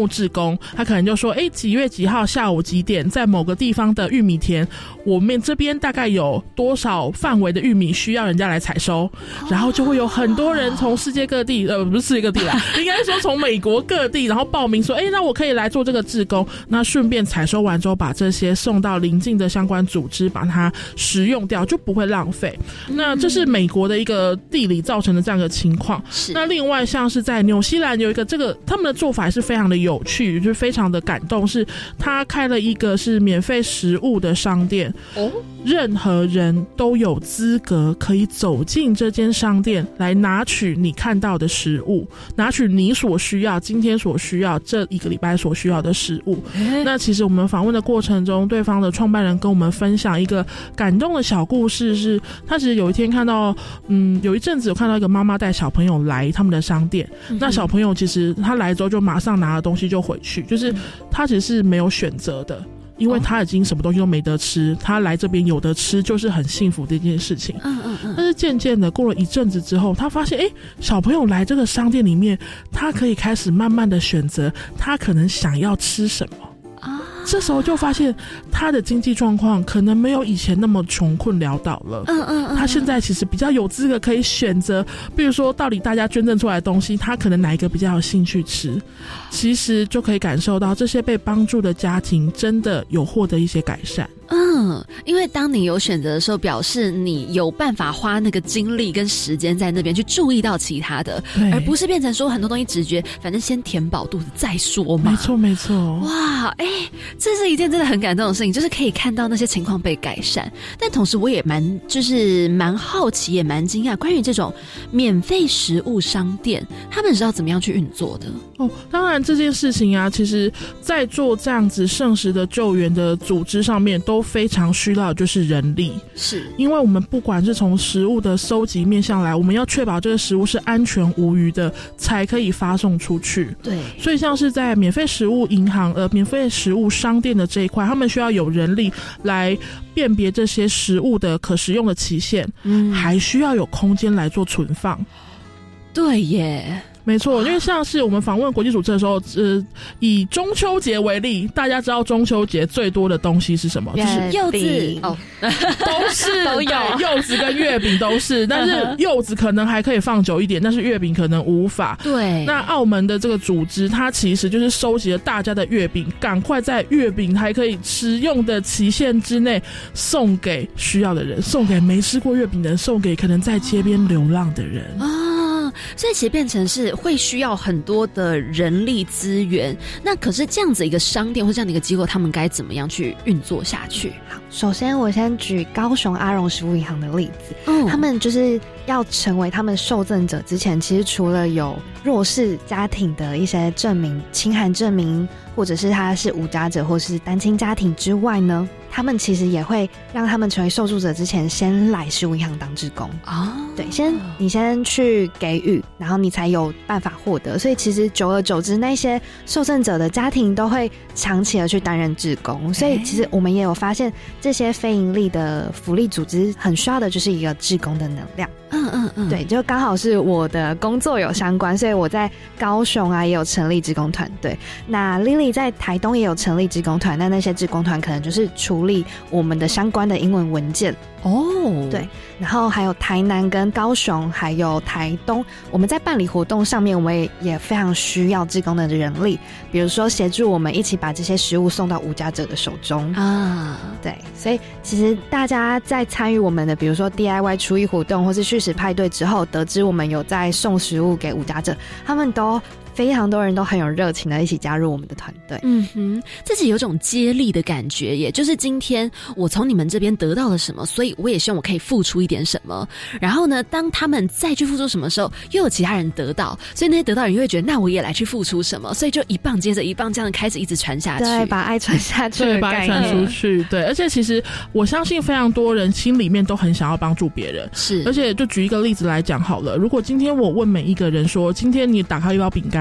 募志工，他可能就说几月几号下午几点在某个地方的玉米田，我们这边大概有多少范围的玉米需要人家来采收，然后就会有很多人从世界各地不是世界各地啦应该说从美国各地然后报名说那我可以来做这个志工，那顺便采收完之后把这些送到邻近的相关组织把它食用掉，就不会浪费。那这是美国的一个地理造成的这样的情况。那另外像是在纽西兰有一个这个他们的做法也是非常的有趣，就是非常的感动，是他开了一个是免费食物的商店，任何人都有资格可以走进这间商店来拿取你看到的食物，拿取你所需要今天所需要这一个礼拜所需要的食物。那其实我们访问的过程中，对方的创办人跟我们分享一个感动的小故事，是他其实有一天看到有一阵子有看到一个妈妈带小朋友来他们的商店，那小朋友其实他来之后就马上拿了东西就回去，就是他其实是没有选择的，因为他已经什么东西都没得吃，他来这边有得吃就是很幸福的一件事情。但是渐渐的过了一阵子之后，他发现小朋友来这个商店里面，他可以开始慢慢的选择他可能想要吃什么。这时候就发现他的经济状况可能没有以前那么穷困潦倒了。他现在其实比较有资格可以选择，比如说到底大家捐赠出来的东西，他可能哪一个比较有兴趣吃，其实就可以感受到这些被帮助的家庭真的有获得一些改善。 因为当你有选择的时候，表示你有办法花那个精力跟时间在那边去注意到其他的，而不是变成说很多东西直觉反正先填饱肚子再说嘛。 没错没错。 哇，这是一件真的很感动的事情，就是可以看到那些情况被改善。但同时我也蛮好奇也蛮惊讶，关于这种免费食物商店他们是要怎么样去运作的？ 当然这件事情啊，其实在做这样子剩食的救援的组织上面都非常需要的就是人力， 是因为我们不管是从食物的收集面向来，我们要确保这个食物是安全无虞的才可以发送出去。 对， 所以像是在免费食物银行免费食物商店的这一块，他们需要有人力来辨别这些食物的可食用的期限，还需要有空间来做存放。 对耶， 没错，因为像是我们访问国际组织的时候，以中秋节为例，大家知道中秋节最多的东西是什么？就是柚子都是都有柚子跟月饼都是，但是柚子可能还可以放久一点，但是月饼可能无法。 对， 那澳门的这个组织，它其实就是收集了大家的月饼，赶快在月饼还可以食用的期限之内送给需要的人，送给没吃过月饼的人，送给可能在街边流浪的人。 所以其实变成是会需要很多的人力资源。那可是这样子一个商店或这样的一个机构，他们该怎么样去运作下去？ 好，首先我先举高雄阿荣食物银行的例子。他们就是要成为他们受赠者之前，其实除了有弱势家庭的一些证明、清寒证明，或者是他是无家者或是单亲家庭之外呢，他们其实也会让他们成为受助者之前先来食物银行当志工。对，你先去给予，然后你才有办法获得。所以其实久而久之，那些受赠者的家庭都会长期的去担任志工。所以其实我们也有发现，这些非营利的福利组织很需要的就是一个志工的能量。对，就刚好是我的工作有相关，所以我在高雄啊也有成立志工团队。那 Lily 在台东也有成立志工团，那些志工团可能就是处理我们的相关的英文文件。对，然后还有台南跟高雄还有台东，我们在办理活动上面，我们也非常需要志工的人力，比如说协助我们一起把这些食物送到无家者的手中。对，所以其实大家在参与我们的比如说 DIY 厨艺活动或是续食派对之后，得知我们有在送食物给无家者，他们都非常多人都很有热情的一起加入我们的团队。 自己有种接力的感觉，也就是今天我从你们这边得到了什么，所以我也希望我可以付出一点什么。然后呢，当他们再去付出什么时候，又有其他人得到，所以那些得到人又会觉得，那我也来去付出什么，所以就一棒接着一棒，这样开始一直传下去。 对，把爱传下去， 对，把爱传出去。对，而且其实我相信非常多人心里面都很想要帮助别人。 是， 而且就举一个例子来讲好了，如果今天我问每一个人说，今天你打开一包饼干，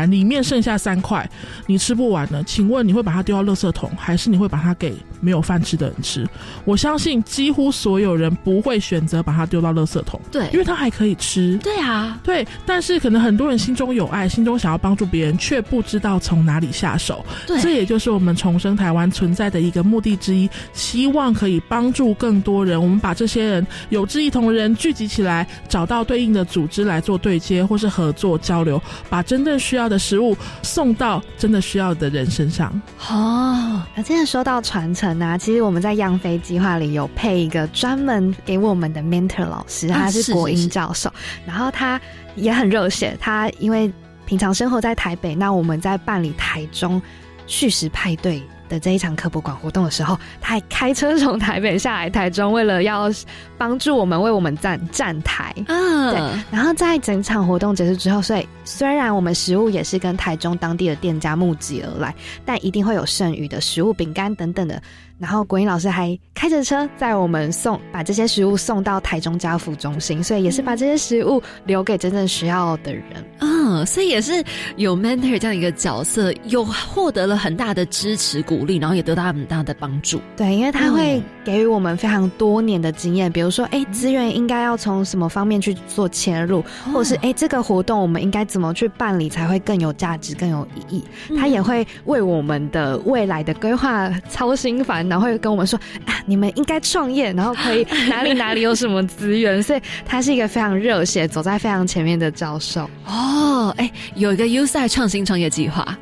完，里面剩下3块，你吃不完了，请问你会把它丢到垃圾桶，还是你会把它给没有饭吃的人吃？我相信几乎所有人不会选择把它丢到垃圾桶， 对， 因为它还可以吃。 对啊， 对，但是可能很多人心中有爱，心中想要帮助别人，却不知道从哪里下手。 对， 这也就是我们重生台湾存在的一个目的之一，希望可以帮助更多人。我们把这些人有志一同的人聚集起来，找到对应的组织来做对接或是合作交流，把真正需要的食物送到真的需要的人身上。 而且说到传承啊，其实我们在样飞计划里有配一个专门给我们的 mentor 老师，他是国英教授，然后他也很热血，他因为平常生活在台北，那我们在办理台中续食派对的这一场科博馆活动的时候，他还开车从台北下来台中，为了要帮助我们，为我们站台。对。然后在整场活动结束之后，所以虽然我们食物也是跟台中当地的店家募集而来，但一定会有剩余的食物、饼干等等的。然后国英老师还开着车载我们把这些食物送到台中家福中心，所以也是把这些食物留给真正需要的人。 所以也是有 mentor 这样一个角色，有获得了很大的支持鼓励，然后也得到很大的帮助。 对，因为他会给予我们非常多年的经验，比如说资源应该要从什么方面去做切入，或者是这个活动我们应该怎么去办理才会更有价值更有意义。他也会为我们的未来的规划操心烦，然后会跟我们说你们应该创业，然后可以哪里有什么资源。所以他是一个非常热血走在非常前面的教授。 有一个 USI 创新创业计划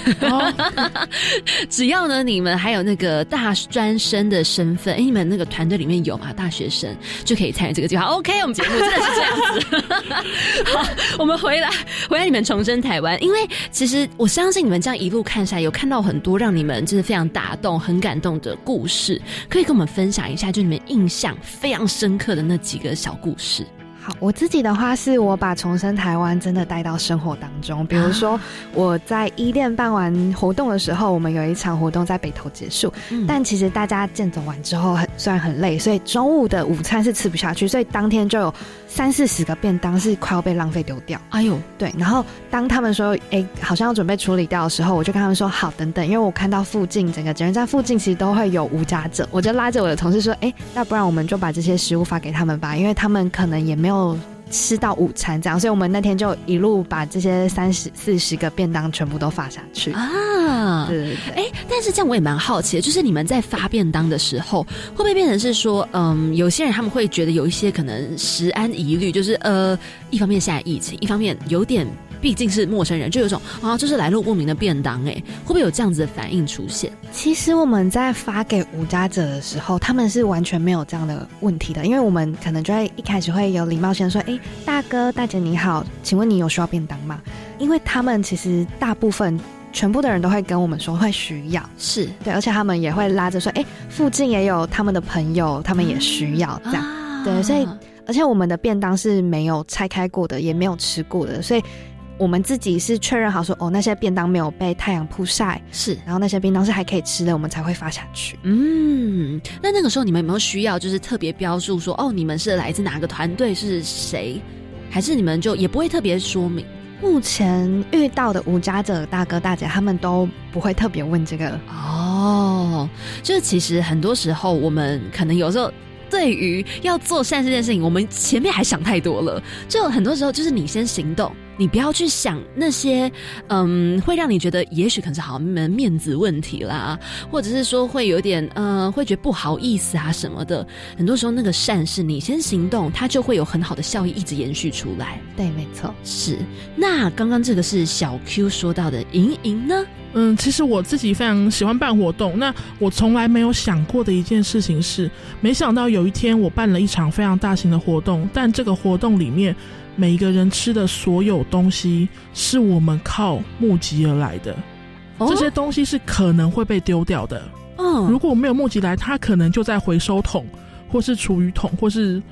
只要呢你们还有那个大专生的身份，你们那个团队里面有嘛大学生，就可以参与这个计划。 OK， 我们节目真的是这样子好，我们回来你们重生台湾，因为其实我相信你们这样一路看下来，有看到很多让你们就是非常打动很感动的故事，可以跟我们分享一下就你们印象非常深刻的那几个小故事。 好，我自己的话是我把重生台湾真的带到生活当中，比如说我在伊甸办完活动的时候，我们有一场活动在北投结束，但其实大家健走完之后虽然很累，所以中午的午餐是吃不下去，所以当天就有30-40个便当是快要被浪费丢掉。对，然后当他们说好像要准备处理掉的时候，我就跟他们说好等等，因为我看到附近整个捷运站附近其实都会有无家者，我就拉着我的同事说那不然我们就把这些食物发给他们吧，因为他们可能也没有吃到午餐这样，所以我们那天就一路把这些30-40个便当全部都发下去对。 但是这样我也蛮好奇的，就是你们在发便当的时候会不会变成是说有些人他们会觉得有一些可能食安疑虑，就是一方面现在疫情，一方面有点毕竟是陌生人，就有种就是来路不明的便当会不会有这样子的反应出现？ 其实我们在发给无家者的时候，他们是完全没有这样的问题的，因为我们可能就会一开始会有礼貌先说大哥大姐你好，请问你有需要便当吗？因为他们其实大部分全部的人都会跟我们说会需要， 是对，而且他们也会拉着说附近也有他们的朋友，他们也需要这样对，所以而且我们的便当是没有拆开过的，也没有吃过的，所以我们自己是确认好说那些便当没有被太阳曝晒， 是， 然后那些便当是还可以吃的，我们才会发下去。 那个时候你们有没有需要就是特别标注说你们是来自哪个团队是谁，还是你们就也不会特别说明？ 目前遇到的无家者大哥大姐他们都不会特别问这个就是其实很多时候我们可能有时候对于要做善事这件事情，我们前面还想太多了，就很多时候就是你先行动，你不要去想那些会让你觉得也许可能是好面子问题啦，或者是说会有点会觉得不好意思啊什么的，很多时候那个善事你先行动，它就会有很好的效益一直延续出来。 对，没错。 是。那刚刚这个是小 Q 说到的莹莹呢？ 其实我自己非常喜欢办活动，那我从来没有想过的一件事情是，没想到有一天我办了一场非常大型的活动，但这个活动里面每一个人吃的所有东西是我们靠募集而来的，这些东西是可能会被丢掉的如果没有募集来，它可能就在回收桶或是厨余桶或是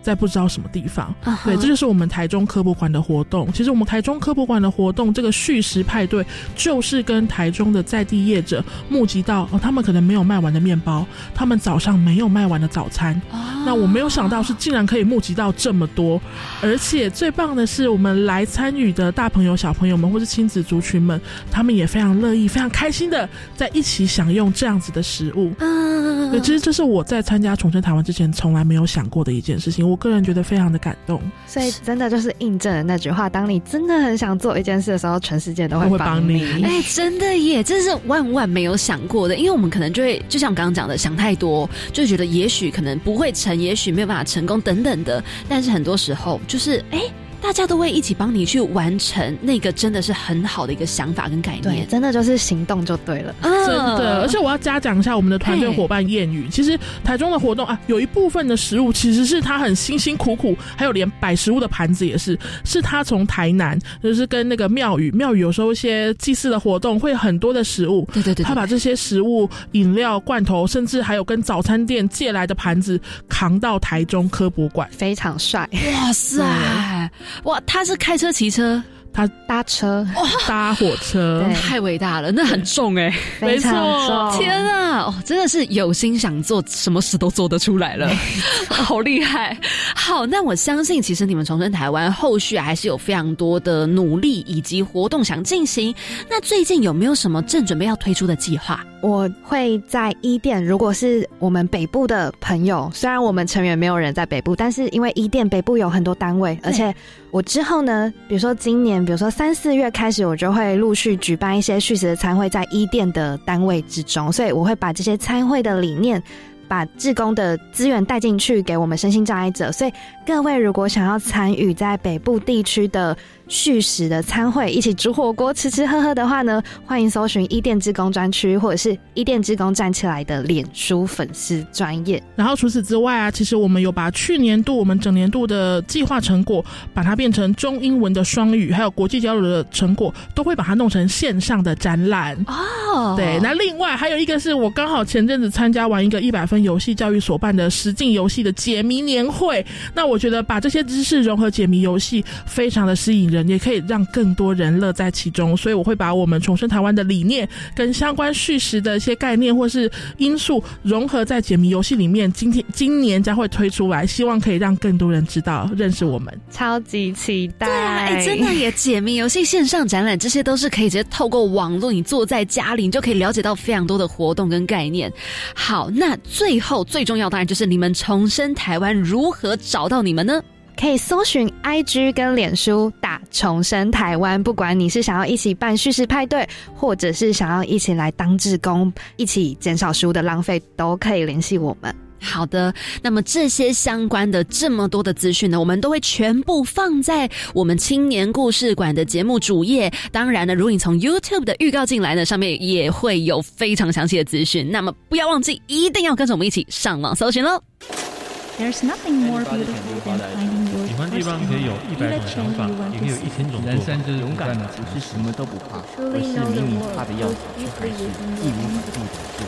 在不知道什么地方。对，这就是我们台中科博馆的活动。其实我们台中科博馆的活动，这个续食派对就是跟台中的在地业者募集到他们可能没有卖完的面包，他们早上没有卖完的早餐。那我没有想到是竟然可以募集到这么多，而且最棒的是我们来参与的大朋友小朋友们或是亲子族群们，他们也非常乐意非常开心的在一起享用这样子的食物。对，其实这是我在参加重生台湾之前从来没有想过的一件事情，我个人觉得非常的感动。 所以真的就是印证了那句话，当你真的很想做一件事的时候，全世界都会帮你。 真的耶，这是万万没有想过的。因为我们可能就会就像我刚刚讲的，想太多，就觉得也许可能不会成，也许没有办法成功等等的。但是很多时候就是大家都会一起帮你去完成那个真的是很好的一个想法跟概念。 对，真的就是行动就对了。 真的。而且我要嘉奖一下我们的团队伙伴谚语，其实台中的活动有一部分的食物其实是他很辛辛苦苦，还有连摆食物的盘子也是他从台南，就是跟那个庙宇有时候一些祭祀的活动会很多的食物，对，他把这些食物、饮料、罐头，甚至还有跟早餐店借来的盘子扛到台中科博馆， 非常帅。 哇塞！哇，他是开车骑车？ 他搭车， 搭火车， 太伟大了，那很重非常重。 天啊，真的是有心想做，什么事都做得出来了，好厉害。好，那我相信其实你们重生台湾后续还是有非常多的努力以及活动想进行。那最近有没有什么正准备要推出的计划？ 我会在伊甸，如果是我们北部的朋友，虽然我们成员没有人在北部，但是因为伊甸北部有很多单位，而且我之后呢，比如说今年，比如说3、4月开始，我就会陆续举办一些续食的餐会在伊甸的单位之中，所以我会把这些餐会的理念，把志工的资源带进去给我们身心障碍者。所以各位如果想要参与在北部地区的续食的餐会，一起煮火锅吃吃喝喝的话呢，欢迎搜寻伊甸志工专区或者是伊甸志工站起来的脸书粉丝专页。 然后除此之外其实我们有把去年度我们整年度的计划成果，把它变成中英文的双语，还有国际交流的成果，都会把它弄成线上的展览。对，那另外还有一个是我刚好前阵子参加完一个100分游戏教育所办的实境游戏的解谜年会，那我觉得把这些知识融合解谜游戏非常的吸引人，也可以让更多人乐在其中。所以我会把我们重生台湾的理念跟相关续食的一些概念或是因素融合在解谜游戏里面，今年将会推出来，希望可以让更多人知道认识我们。 超级期待。 对啊，真的也解谜游戏线上展览，这些都是可以直接透过网络，你坐在家里你就可以了解到非常多的活动跟概念。好，那最后最重要当然就是你们重生台湾如何找到你们呢？ 可以搜寻 IG 跟脸书打重生台湾，不管你是想要一起办续食派对，或者是想要一起来当志工，一起减少食物的浪费，都可以联系我们。 好的，那么这些相关的这么多的资讯呢，我们都会全部放在我们青年故事馆的节目主页。当然呢，如果你从 YouTube 的预告进来呢，上面也会有非常详细的资讯。那么不要忘记，一定要跟着我们一起上网搜寻咯。 There's nothing more beautiful than finding your 喜欢地方可以有100种想法，也可以有1000种人生就是勇敢的，不是什么都不怕，而是明明怕的要死，却还是义无反顾的做。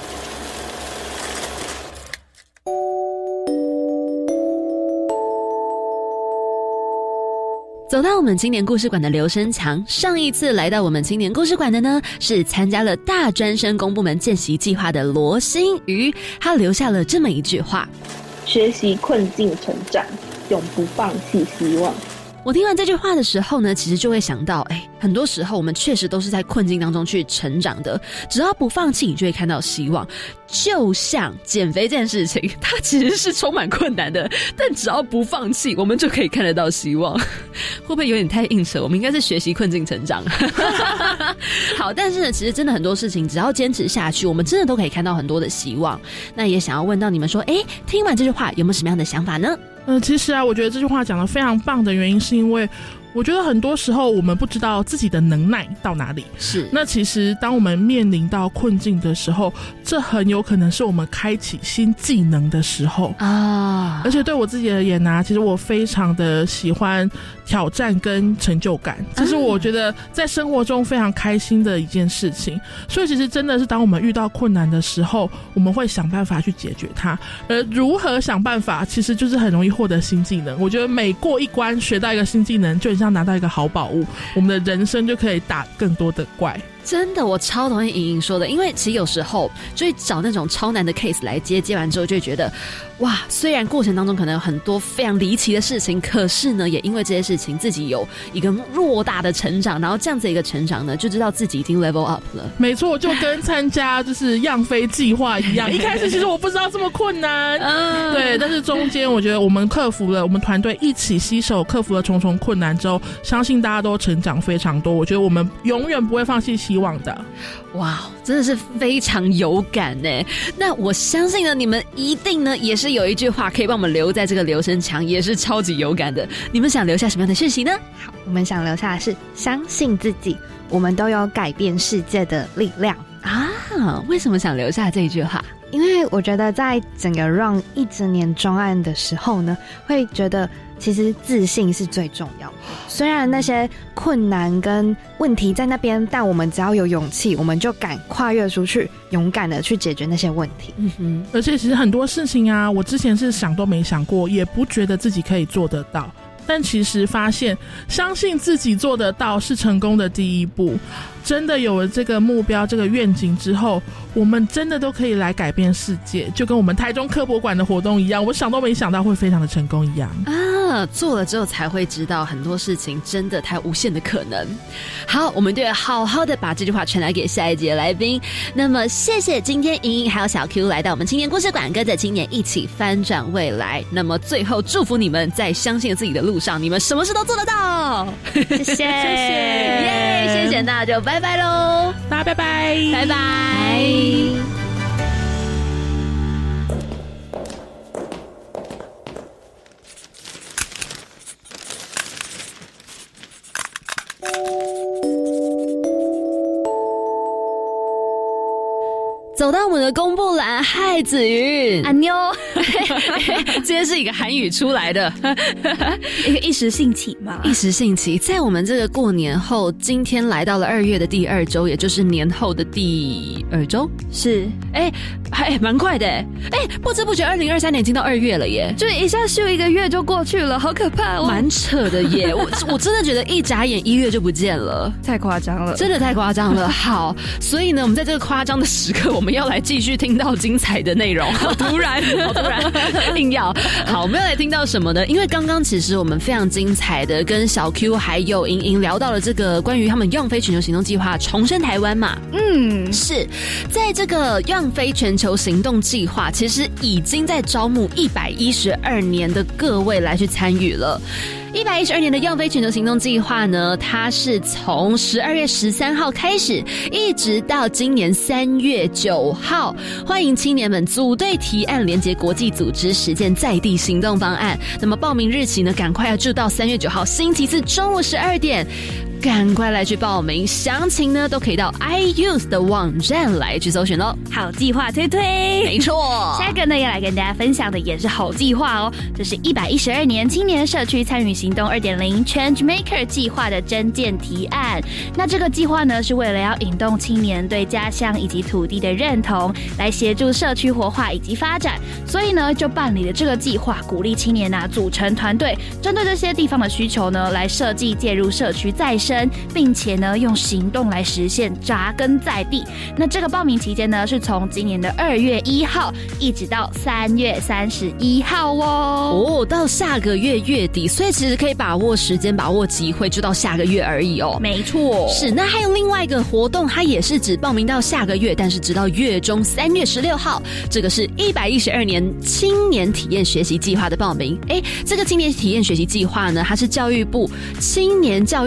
走到我们青年故事馆的刘生强，上一次来到我们青年故事馆的呢，是参加了大专生公部门见习计划的罗新瑜，他留下了这么一句话： 学习困境成长，永不放弃希望。 我听完这句话的时候呢，其实就会想到，很多时候我们确实都是在困境当中去成长的，只要不放弃，你就会看到希望。就像减肥这件事情，它其实是充满困难的，但只要不放弃，我们就可以看得到希望。会不会有点太硬扯？我们应该是学习困境成长。好，但是呢，其实真的很多事情，只要坚持下去，我们真的都可以看到很多的希望。那也想要问到你们说，听完这句话有没有什么样的想法呢？ 其实我觉得这句话讲得非常棒的原因是因为我觉得很多时候我们不知道自己的能耐到哪里， 是那其实当我们面临到困境的时候，这很有可能是我们开启新技能的时候啊。而且对我自己而言其实我非常的喜欢挑战跟成就感，这是我觉得在生活中非常开心的一件事情。所以其实真的是当我们遇到困难的时候，我们会想办法去解决它。而如何想办法，其实就是很容易获得新技能。我觉得每过一关学到一个新技能，就很像拿到一个好宝物，我们的人生就可以打更多的怪。 真的，我超同意莹莹说的，因为其实有时候就会找那种超难的 case 来接完之后就会觉得，哇，虽然过程当中可能有很多非常离奇的事情，可是呢，也因为这些事情自己有一个偌大的成长，然后这样子一个成长呢，就知道自己已经 level up 了。 没错，就跟参加就是样飞计划一样，一开始其实我不知道这么困难，对，但是中间我觉得我们克服了，我们团队一起携手克服了重重困难之后，相信大家都成长非常多。我觉得我们永远不会放弃希望的。 哇，真的是非常有感耶。那我相信呢，你们一定呢也是有一句话可以帮我们留在这个留声墙，也是超级有感的。你们想留下什么样的讯息呢？ 好，我们想留下的是相信自己，我们都有改变世界的力量啊。为什么想留下这一句话？ 因为我觉得在整个 run 一整年专案的时候呢，会觉得其实自信是最重要的。虽然那些困难跟问题在那边，但我们只要有勇气，我们就敢跨越出去，勇敢的去解决那些问题。 而且其实很多事情啊，我之前是想都没想过，也不觉得自己可以做得到。但其实发现相信自己做得到是成功的第一步。真的有了这个目标这个愿景之后，我们真的都可以来改变世界，就跟我们台中科博馆的活动一样，我想都没想到会非常的成功一样啊！做了之后才会知道很多事情真的它无限的可能。好，我们就好好的把这句话传达给下一节来宾。那么谢谢今天莹莹还有小 Q 来到我们青年故事馆，跟着青年一起翻转未来。那么最后祝福你们在相信自己的路上，你们什么事都做得到。 谢谢谢谢耶，谢谢，那就拜拜喽， 大家拜拜拜拜。走到我们的公布栏，嗨子云， 安妞， 今天是一个韩语出来的， 一个一时兴起嘛， 一时兴起。在我们这个过年后，今天来到了2月的第2周，也就是年后的第2周， 是， 还蛮快的，不知不觉2023年已经到2月了耶， 就一下咻1个月就过去了，好可怕哦， 蛮扯的耶，我真的觉得一眨眼1月就不见了， 太夸张了， 真的太夸张了。好，所以呢，我们在这个夸张的时刻，我们要来继续听到精彩的内容。好突然，硬要。好，我们要来听到什么呢？因为刚刚其实我们非常精彩的跟小 Q 还有莹莹聊到了这个关于他们样飞全球行动计划重生台湾嘛。是在这个样飞全球行动计划，其实已经在招募112年的各位来去参与了。112年的样飞全球行动计划呢，它是从12月13号开始，一直到今年3月9号，欢迎青年们组队提案，连结国际组织，实践在地行动方案。那么报名日期呢，赶快要就到3月9号星期四中午12点。赶快来去报名，详情呢都可以到 iYouth 的网站来去搜寻咯。 好计划推推， 没错。 下一个呢要来跟大家分享的也是好计划哦，这是112年青年社区参与行动 2.0 Changemaker 计划的征件提案。那这个计划呢是为了要引动青年对家乡以及土地的认同，来协助社区活化以及发展，所以呢就办理了这个计划，鼓励青年组成团队，针对这些地方的需求呢来设计介入社区再生，并且呢用行动来实现扎根在地。那这个报名期间呢是从今年的2月1号一直到3月31号哦， 到下个月月底，所以其实可以把握时间，把握机会，就到下个月而已哦。 没错， 是。那还有另外一个活动，它也是只报名到下个月，但是直到月中3月16号，这个是112年青年体验学习计划的报名。这个青年体验学习计划呢，它是教育部青年教育与就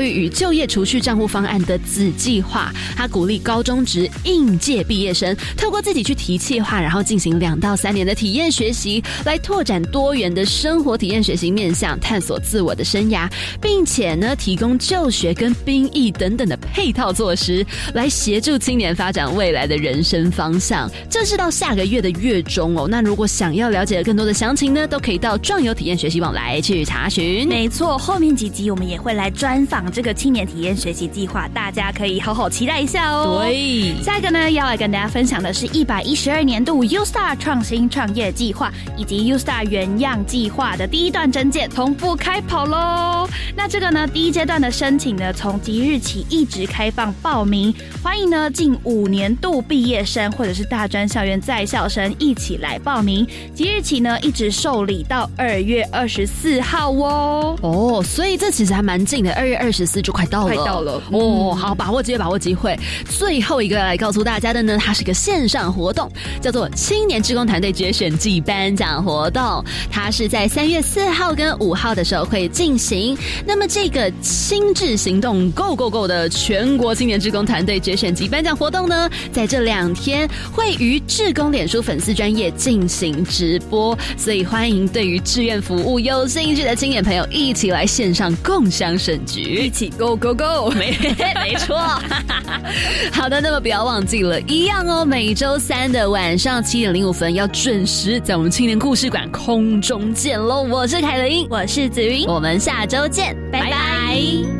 就业储蓄账户方案的子计划，他鼓励高中职应届毕业生透过自己去提企划，然后进行2到3年的体验学习，来拓展多元的生活体验学习面向，探索自我的生涯，并且呢提供就学跟兵役等等的配套措施，来协助青年发展未来的人生方向。这是到下个月的月中哦。那如果想要了解更多的详情呢，都可以到壮游体验学习网来去查询。 没错，后面几集我们也会来专访这个青年体验学习计划，大家可以好好期待一下哦。 对， 下一个呢要来跟大家分享的是112年度 U-Star 创新创业计划以及 U-Star 原样计划的第1段征件同步开跑咯。那这个呢第1阶段的申请呢，从即日起一直开放报名，欢迎呢近5年度毕业生或者是大专校园在校生一起来报名，即日起呢一直受理到2月24号哦。 哦，所以这其实还蛮近的，2月24就快到了。哦，好，把握机会。最后一个来告诉大家的呢，它是个线上活动，叫做青年志工团队决选季颁奖活动，它是在3月4号跟5号的时候会进行。那么这个青志行动 Go Go Go 的全国青年志工团队决选季颁奖活动呢，在这2天会于志工脸书粉丝专页进行直播，所以欢迎对于志愿服务有兴趣的青年朋友一起来线上共襄盛举， 一起 Go Go Go。 没错。好的，那么不要忘记了，一样哦，每周3的晚上7点05分要准时在我们青年故事馆空中见喽。我是凯琳， 我是子云， 我们下周见，拜拜。